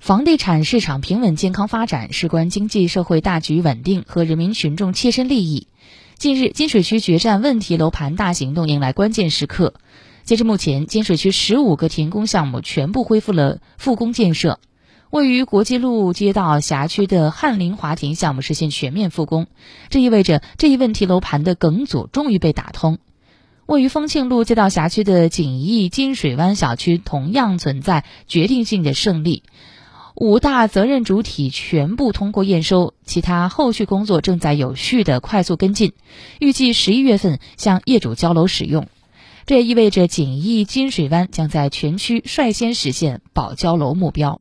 房地产市场平稳健康发展，事关经济社会大局稳定和人民群众切身利益。近日，金水区决战问题楼盘大行动迎来关键时刻。截至目前，金水区15个停工项目全部恢复了复工建设。位于国际路街道辖区的翰林华庭项目实现全面复工，这意味着这一问题楼盘的梗阻终于被打通。位于丰庆路街道辖区的锦益金水湾小区同样存在决定性的胜利，5大责任主体全部通过验收，其他后续工作正在有序的快速跟进，预计11月份向业主交楼使用。这也意味着锦益金水湾将在全区率先实现保交楼目标。